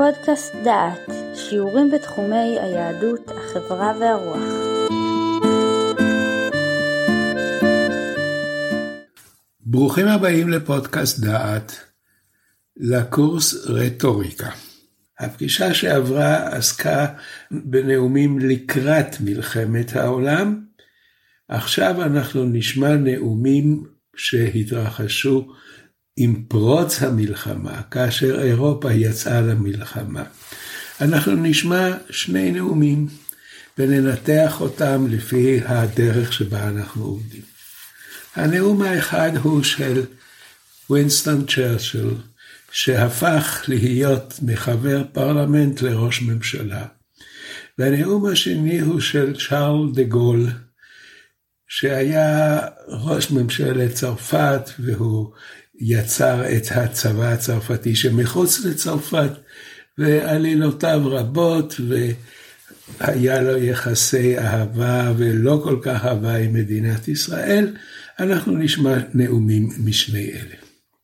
פודקאסט דעת, שיעורים בתחומי היהדות, החברה והרוח. ברוכים הבאים לפודקאסט דעת, לקורס רטוריקה. הפגישה שעברה עסקה בנאומים לקראת מלחמת העולם. עכשיו אנחנו נשמע נאומים שהתרחשו עם פרוץ המלחמה, כאשר אירופה יצאה למלחמה. אנחנו נשמע שני נאומים וננתח אותם לפי הדרך שבה אנחנו עובדים. הנאום האחד הוא של וינסטון צ'רצ'יל, שהפך להיות מחבר פרלמנט לראש ממשלה. והנאום השני הוא של שארל דה גול, שהיה ראש ממשלת צרפת, והוא יצר את הצבא הצרפתי שמחוץ לצרפת, ועלילותיו רבות, והיה לו יחסי אהבה ולא כל כך אהבה עם מדינת ישראל. אנחנו נשמע נאומים משני אלה.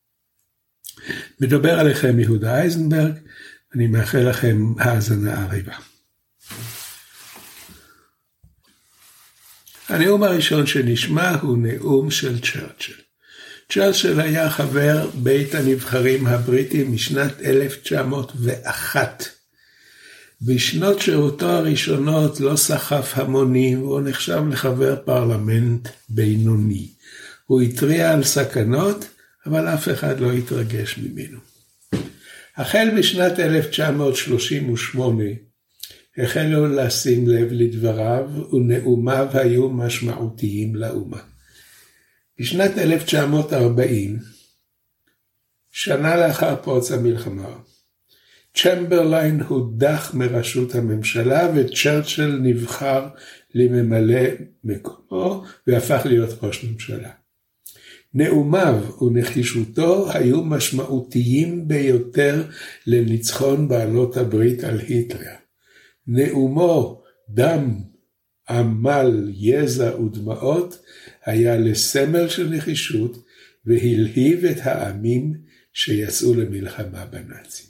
מדבר עליכם יהודה אייזנברג, אני מאחל לכם האזנה עריבה. הנאום הראשון שנשמע הוא נאום של צ'רצ'יל. צ'רצ'יל היה חבר בית הנבחרים הבריטי משנת 1901. בשנות שירותו הראשונות לא סחף המונים, והוא נחשב לחבר פרלמנט בינוני. הוא התריע על סכנות, אבל אף אחד לא התרגש ממנו. החל בשנת 1938, החלו לשים לב לדבריו, ונאומיו היו משמעותיים לאומה. בשנת 1940, שנה לאחר פרוץ המלחמה, צ'מברליין הודח מראשות הממשלה, וצ'רצ'יל נבחר לממלא מקומו, והפך להיות ראש ממשלה. נאומיו ונחישותו היו משמעותיים ביותר לניצחון בעלות הברית על היטלר. נאומו דם, עמל, יזע ודמעות היה לסמל של נחישות, והלהיב את העמים שיצאו למלחמה בנאצים.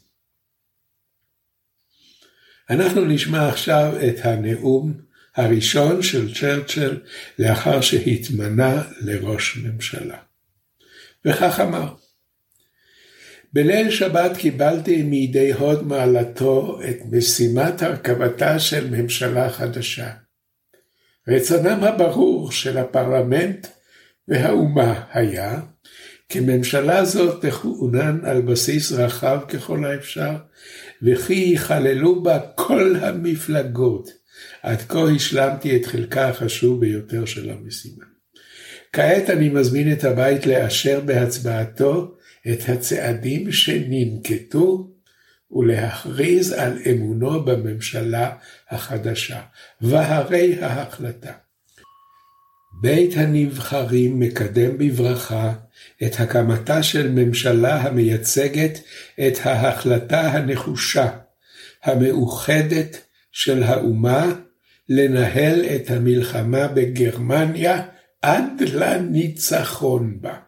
אנחנו נשמע עכשיו את הנאום הראשון של צ'רצ'יל לאחר שהתמנה לראש ממשלה. וכך אמר: בליל שבת קיבלתי מידי הוד מעלתו את משימת הרכבתה של ממשלה חדשה. רצונם הברור של הפרלמנט והאומה היה כי ממשלה זאת תכונן על בסיס רחב ככל האפשר, וכי יכללו בה כל המפלגות. עד כה השלמתי את חלקה החשוב ביותר של המשימה. כעת אני מזמין את הבית לאשר בהצבעתו את הצעדים שננקטו, ולהכריז על אמונו בממשלה החדשה. והרי ההחלטה: בית הנבחרים מקדם בברכה את הקמתה של ממשלה המייצגת את ההחלטה הנחושה, המאוחדת של האומה, לנהל את המלחמה בגרמניה עד לניצחון בה.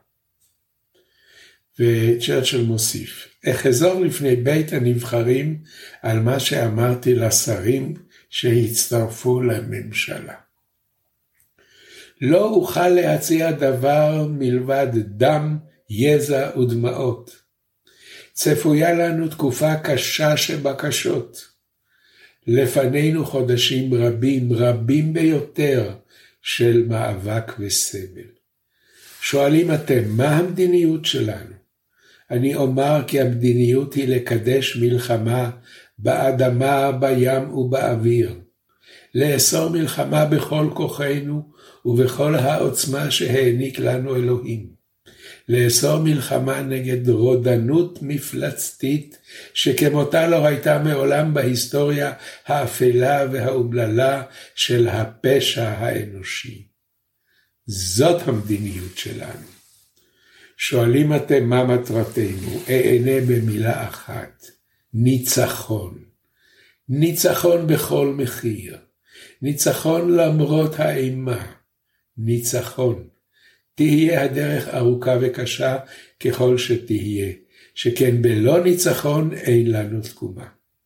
וצ'רצ'יל מוסיף: אחזור לפני בית הנבחרים על מה שאמרתי לשרים שהצטרפו לממשלה. לא אוכל להציע דבר מלבד דם, יזע ודמעות. צפויה לנו תקופה קשה שבקשות. לפנינו חודשים רבים ביותר של מאבק וסבל. שואלים אתם, מה המדיניות שלנו? אני אומר כי המדיניות היא לקדש מלחמה באדמה, בים ובאוויר. לאסור מלחמה בכל כוחנו ובכל העוצמה שהעניק לנו אלוהים. לאסור מלחמה נגד רודנות מפלצתית שכמותה לא הייתה מעולם בהיסטוריה האפלה והאומללה של הפשע האנושי. זאת המדיניות שלנו. שואלים אתם מה מטרתנו? אענה במילה אחת: ניצחון. ניצחון בכל מחיר. ניצחון למרות האימה. ניצחון. תהיה הדרך ארוכה וקשה ככל שתהיה, שכן בלא ניצחון אין לנו תקומה.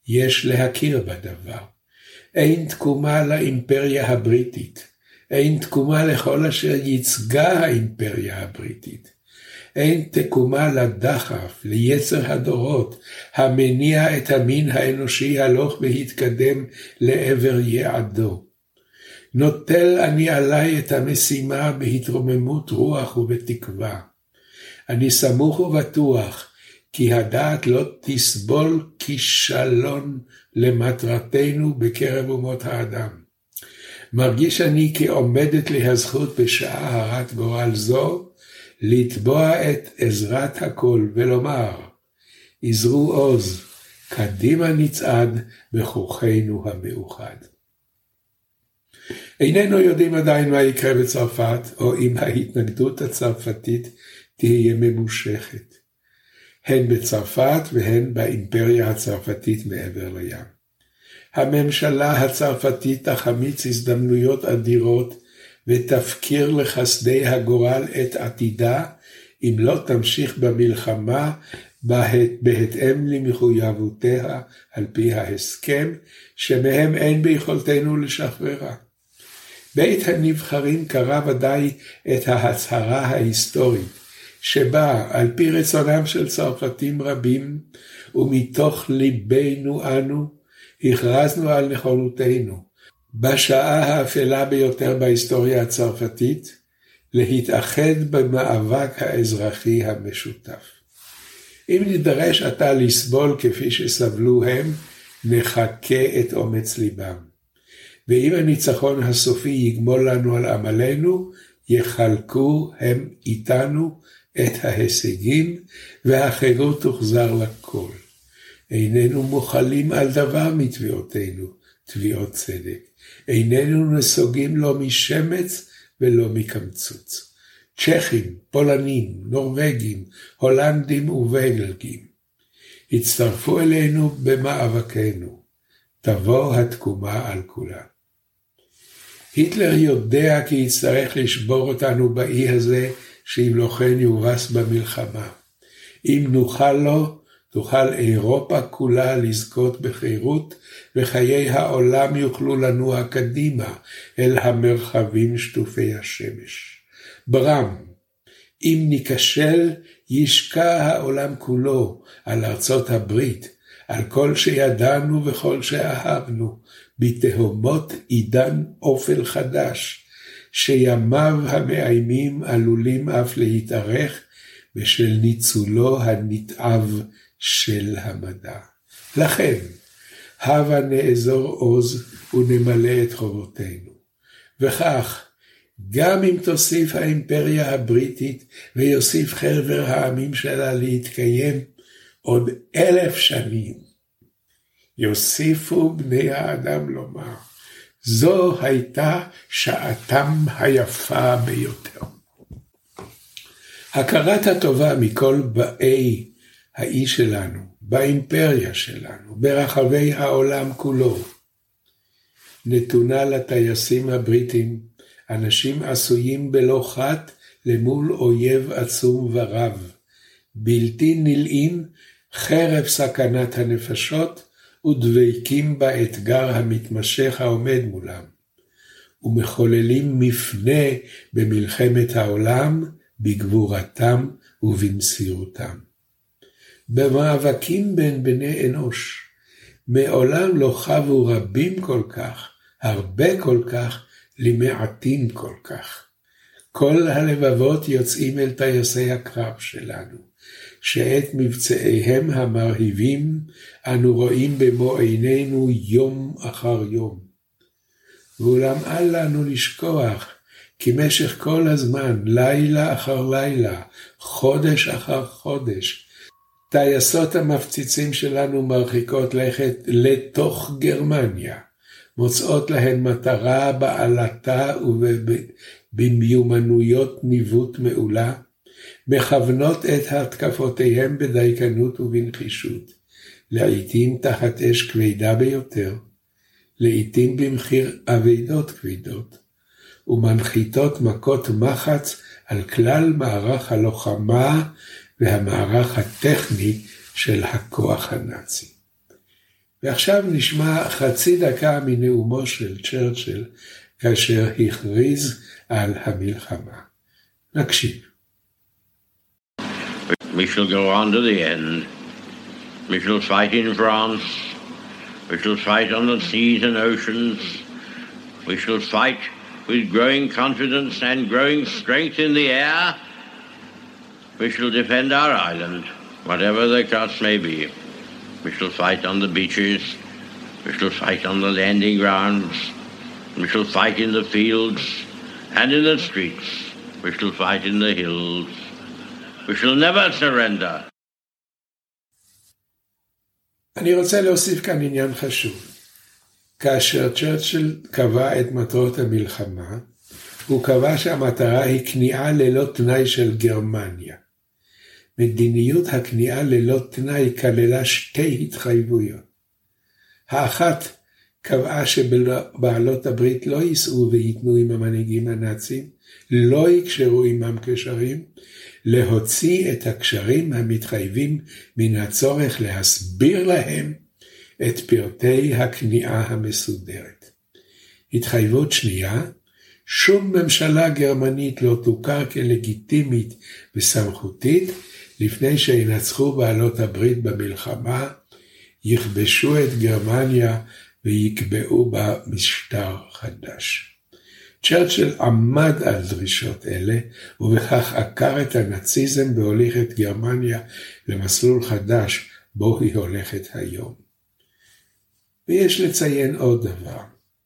יש להכיר בדבר. אין תקומה לאימפריה הבריטית, אין תקומה לכל אשר ייצגה האימפריה הבריטית. אין תקומה לדחף, ליצר הדורות, המניע את המין האנושי הלוך והתקדם לעבר יעדו. נוטל אני עליי את המשימה בהתרוממות רוח ובתקווה. אני סמוך ובטוח כי הדעת לא תסבול כישלון למטרתנו בקרב אומות האדם. מרגיש אני כי עומדת לי הזכות בשעה הרת גורל זו, לתבוע את עזרת הכל ולומר, עזרו עוז, קדימה נצעד בכוחנו המאוחד. איננו יודעים עדיין מה יקרה בצרפת, או אם ההתנגדות הצרפתית תהיה ממושכת, הן בצרפת והן באימפריה הצרפתית מעבר לים. הממשלה הצרפתית תחמיץ הזדמנויות אדירות, ותפקיר לחסדי הגורל את עתידה, אם לא תמשיך במלחמה בהתאם למחויבותיה על פי ההסכם, שמהם אין ביכולתנו לשחררה. בית הנבחרים קרא ודאי את ההצהרה ההיסטורית, שבה על פי רצונם של צרפתים רבים, ומתוך ליבנו אנו, הכרזנו על נכונותנו, בשעה האפלה ביותר בהיסטוריה הצרפתית, להתאחד במאבק האזרחי המשותף. אם נדרש עתה לסבול כפי שסבלו הם, נחכה את אומץ ליבם. ואם הניצחון הסופי יגמול לנו על עמלנו, יחלקו הם איתנו את ההישגים, והחירות תוחזר לכל. איננו מוחלים על דבר מתביעותינו, תביעות צדק. איננו נסוגים לא משמץ ולא מקמצוץ. צ'כים, פולנים, נורווגים, הולנדים ובלגים. הצטרפו אלינו במאבקנו. תבוא התקומה על כולם. היטלר יודע כי יצטרך לשבור אותנו באי הזה, שאם לא כן יובס במלחמה. אם נוכל לו, תוכל אירופה כולה לזכות בחירות, וחיי העולם יוכלו לנוע קדימה אל המרחבים שטופי השמש. ברם, אם ניכשל, ישקע העולם כולו על ארצות הברית, על כל שידענו וכל שאהבנו, בתהומות עידן אופל חדש, שימיו המאיימים עלולים אף להתארך, בשל ניצולו הנתעב של המדע. לכן, הבה נאזור עוז ונמלא את חובותינו. וכך, גם אם תוסיף האימפריה הבריטית ויוסיף חבר העמים שלה להתקיים עוד 1000 שנים, יוסיפו בני האדם לומר, זו הייתה שעתם היפה ביותר. הכרת הטובה מכל באי האי שלנו, באימפריה שלנו, ברחבי העולם כולו, נתונה לטייסים הבריטים, אנשים עשויים בלא חת למול אויב עצום ורב, בלתי נלאים חרב סכנת הנפשות, ודבקים באתגר המתמשך העומד מולם, ומחוללים מפנה במלחמת העולם, בגבורתם ובמסירותם. במאבקים בין בני אנוש, מעולם לא חבו רבים כל כך, הרבה כל כך, למעטים כל כך. כל הלבבות יוצאים אל טייסי הקרב שלנו, שאת מבצעיהם המרהיבים אנו רואים במו עינינו יום אחר יום. ואולם אל לנו לשכוח כי משך כל הזמן, לילה אחר לילה, חודש אחר חודש, טייסות המפציצים שלנו מרחיקות לכת לתוך גרמניה, מוצאות להן מטרה בעלתה ובמיומנויות ניווט מעולה, מכוונות את התקפותיהם בדייקנות ובנחישות, לעתים תחת אש כבדה ביותר, לעתים במחיר אבדות כבדות, ומנחיתות מכות מחץ על כלל מערך הלוחמה והמערך הטכני של הכוח הנאצי. ועכשיו נשמע חצי דקה מנאומו של צ'רצ'יל, כאשר הכריז על המלחמה. נקשיב. We shall go on to the end. We shall fight in France. We shall fight on the seas and oceans. We shall fight with growing confidence and growing strength in the air. We shall defend our island, whatever the cost may be. We shall fight on the beaches. We shall fight on the landing grounds. We shall fight in the fields and in the streets. We shall fight in the hills. We shall never surrender. אני רוצה להוסיף כאן עניין חשוב. כאשר צ'רצ'יל קבע את מטרות המלחמה, הוא קבע שהמטרה היא כניעה ללא תנאי של גרמניה. מדיניות הכניעה ללא תנאי כללה שתי התחייבויות. האחת קבעה שבעלות הברית לא ייסעו וייתנו עם המנהיגים הנאצים, לא יקשרו עמם קשרים, להוציא את הקשרים המתחייבים מן הצורך להסביר להם את פרטי הכניעה המסודרת. התחייבות שנייה, שום ממשלה גרמנית לא תוכר כלגיטימית וסמכותית לפני שינצחו בעלות הברית במלחמה, יכבשו את גרמניה ויקבעו בה משטר חדש. צ'רצ'יל עמד על דרישות אלה, ובכך עקר את הנאציזם והוליך את גרמניה למסלול חדש בו היא הולכת היום. ויש לציין עוד דבר.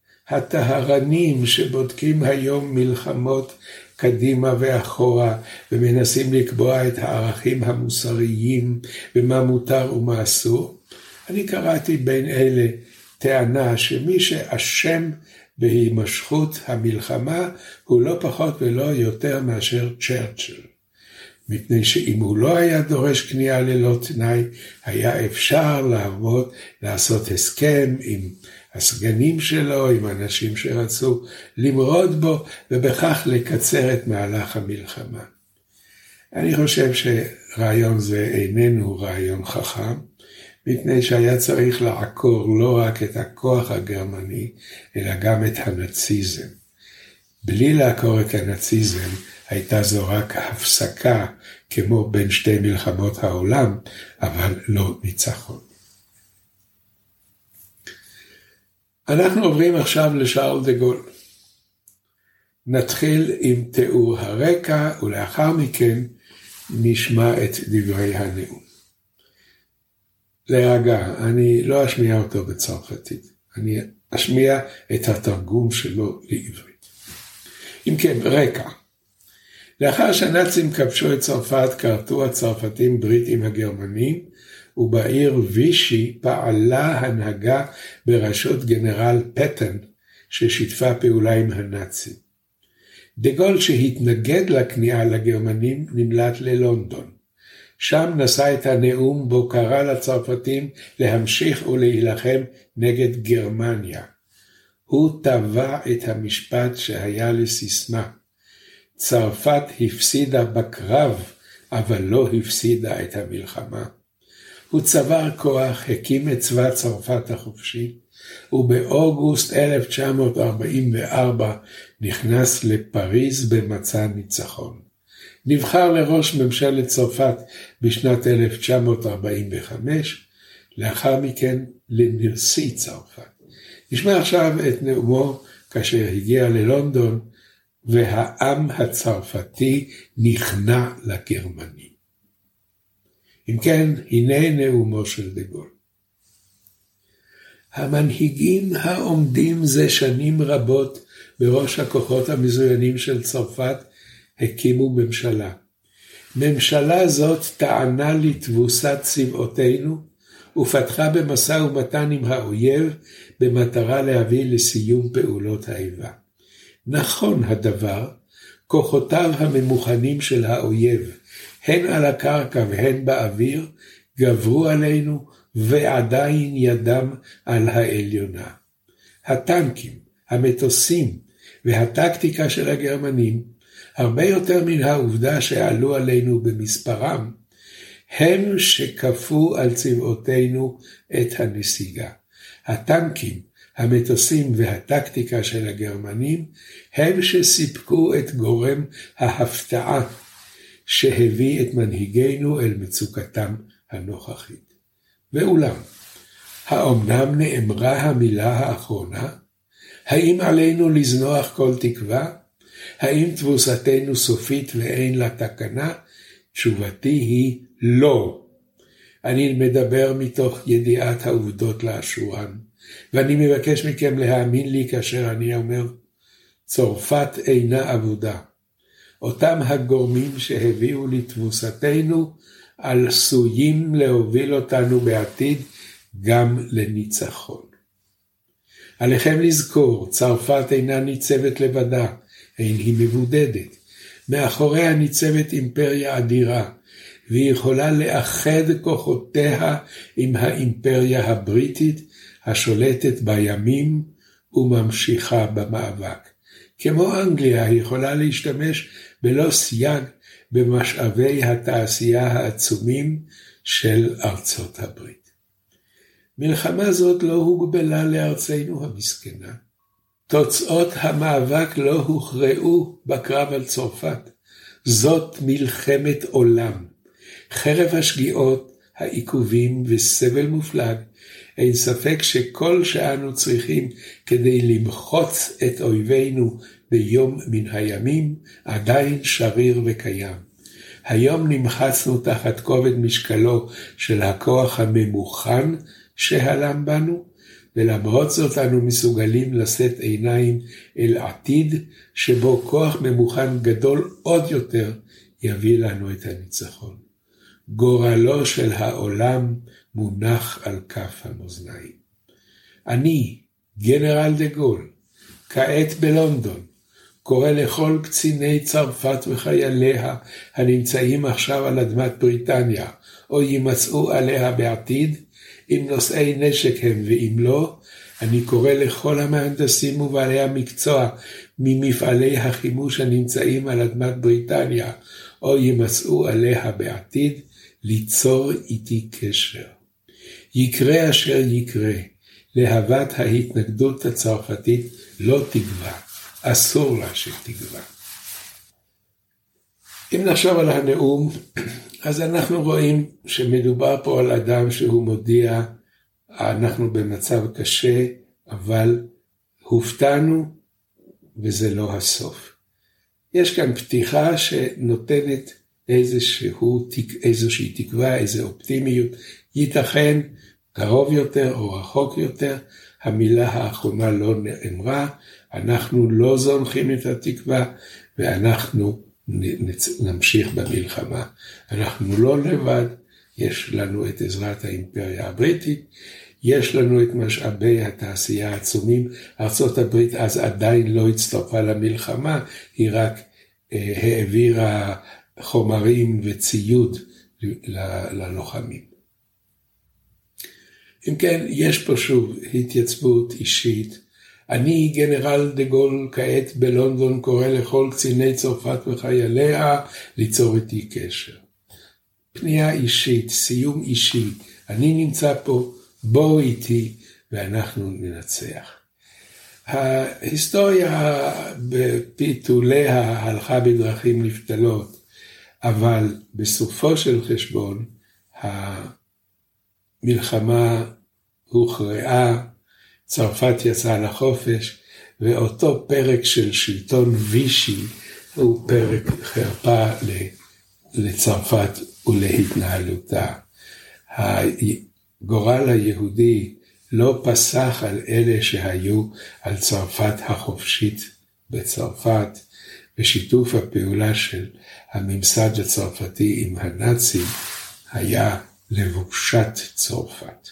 הטהרנים שבודקים היום מלחמות קדימה ואחורה, ומנסים לקבוע את הערכים המוסריים ומה מותר ומה אסור, אני קראתי בין אלה טענה שמי שאשם בהימשכות המלחמה הוא לא פחות ולא יותר מאשר צ'רצ'יל. מפני שאם הוא לא היה דורש כניעה ללא תנאי, היה אפשר לעשות הסכם עם הסגנים שלו, עם אנשים שרצו למרוד בו, ובכך לקצר את מהלך המלחמה. אני חושב שרעיון זה איננו רעיון חכם, מפני שהיה צריך לעקור לא רק את הכוח הגרמני, אלא גם את הנאציזם. בלי לעקור את הנאציזם, הייתה זו רק הפסקה, כמו בין שתי מלחמות העולם, אבל לא ניצחון. אנחנו עוברים עכשיו לשארל דה גול. נתחיל עם תיאור הרקע, ולאחר מכן נשמע את דברי הנאום. להירגע, אני לא אשמיע אותו בצרפתית, אני אשמיע את התרגום שלו לעברית. אם כן, רקע. לאחר שהנאצים כבשו את צרפת, כרתו הצרפתים ברית עם הגרמנים, ובעיר וישי פעלה הנהגה בראשות גנרל פטן, ששיתפה פעולה עם הנאצים. דה גול שהתנגד לכניעה לגרמנים נמלט ללונדון. שם נשא את הנאום בו קרא לצרפתים להמשיך ולהילחם נגד גרמניה. הוא טבע את המשפט שהיה לסיסמה. צרפת הפסידה בקרב, אבל לא הפסידה את המלחמה. הוא צבר כוח, הקים את צבא צרפת החופשי, ובאוגוסט 1944 נכנס לפריז במצע ניצחון. נבחר לראש ממשלת צרפת בשנת 1945, לאחר מכן לנשיא צרפת. נשמע עכשיו את נאומו כאשר הגיע ללונדון, והעם הצרפתי נכנע לגרמני. אם כן, הנה נאומו של דה גול. המנהיגים העומדים זה שנים רבות בראש הכוחות המזוינים של צרפת הקימו ממשלה. ממשלה זאת טענה לתבוסת צבאותינו ופתחה במשא ומתן עם האויב במטרה להביא לסיום פעולות האיבה. נכון הדבר, כוחותיו הממוכנים של האויב, הן על הקרקע והן באוויר, גברו עלינו ועדיין ידם על העליונה. הטנקים, המטוסים והטקטיקה של הגרמנים, הרבה יותר מן העובדה שעלו עלינו במספרם, הם שכפו על צבאותינו את הנסיגה. הטנקים, המטוסים והטקטיקה של הגרמנים הם שסיפקו את גורם ההפתעה שהביא את מנהיגינו אל מצוקתם הנוכחית. ואולם, האומנם נאמרה המילה האחרונה? האם עלינו לזנוח כל תקווה? האם תבוסתנו סופית ואין לה תקנה? תשובתי היא לא. אני מדבר מתוך ידיעת העובדות לאשורן, ואני מבקש מכם להאמין לי כאשר אני אומר, צרפת אינה אבודה. אותם הגורמים שהביאו לתבוסתנו עשויים להוביל אותנו בעתיד גם לניצחון. עליכם לזכור, צרפת אינה ניצבת לבדה, אין היא מבודדת. מאחוריה ניצבת אימפריה אדירה, והיא יכולה לאחד כוחותיה עם האימפריה הבריטית השולטת בימים וממשיכה במאבק. כמו אנגליה, היא יכולה להשתמש בלא סייג במשאבי התעשייה העצומים של ארצות הברית. מלחמה זאת לא הוגבלה לארצנו המסכנה. תוצאות המאבק לא הוכרעו בקרב על צרפת. זאת מלחמת עולם. חרף השגיאות, העיכובים וסבל מופלג, אין ספק שכל שאנו צריכים כדי למחוץ את אויבינו ביום מן הימים, עדיין שריר וקיים. היום נמחצנו תחת כובד משקלו של הכוח הממוכן שהלם בנו, ולמרות זאת אנו מסוגלים לשאת עיניים אל עתיד, שבו כוח ממוכן גדול עוד יותר יביא לנו את הניצחון. גורלו של העולם מונח על כף המאזניים. אני, גנרל דה גול, כעת בלונדון, קורא לכל קציני צרפת וחייליה הנמצאים עכשיו על אדמת בריטניה, או יימצאו עליה בעתיד, אם נושאי נשק הם ואם לא, אני קורא לכל המהנדסים ובעלי המקצוע ממפעלי החימוש הנמצאים על אדמת בריטניה, או יימצאו עליה בעתיד, ליצור איתי קשר. יקרה אשר יקרה, להבת ההתנגדות הצרפתית לא תגווע, אסור לה שתגווע. אם נחשוב על הנאום, אז אנחנו רואים שמדובר פה על אדם שהוא מודיע, אנחנו במצב קשה, אבל הופתענו וזה לא הסוף. יש כאן פתיחה שנותנת איזושהי תקווה, איזו אופטימיות, ייתכן קרוב יותר או רחוק יותר, המילה האחרונה לא נאמרה, אנחנו לא זונחים את התקווה ואנחנו נמשיך במלחמה. אנחנו לא לבד, יש לנו את עזרת האימפריה הבריטית, יש לנו את משאבי התעשייה העצומים, ארצות הברית אז עדיין לא הצטרפה למלחמה, היא רק העבירה חומרים וציוד ללוחמים. אם כן, יש פה שוב התייצבות אישית. אני, גנרל דה גול, כעת בלונדון קורא לכל קציני צרפת וחייליה ליצור איתי קשר. פנייה אישית, סיום אישי, אני נמצא פה, בואו איתי ואנחנו ננצח. ההיסטוריה בפיתוליה הלכה בדרכים נפתלות, אבל בסופו של חשבון המלחמה הוכרעה, צרפת יצאה לחופש, ואותו פרק של שלטון וישי הוא פרק חרפה לצרפת ולהתנהלותה. הגורל היהודי לא פסח על אלה שהיו על צרפת החופשית בצרפת, ושיתוף הפעולה של הממסד הצרפתי עם הנאצים היה לבושת צרפת.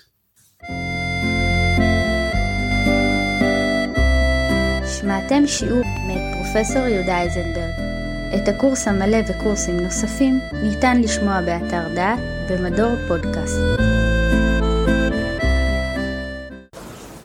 שמעתם שיעור מאת פרופסור יהודה אייזנברג. את הקורס המלא וקורסים נוספים ניתן לשמוע באתר דעת במדור פודקאסט.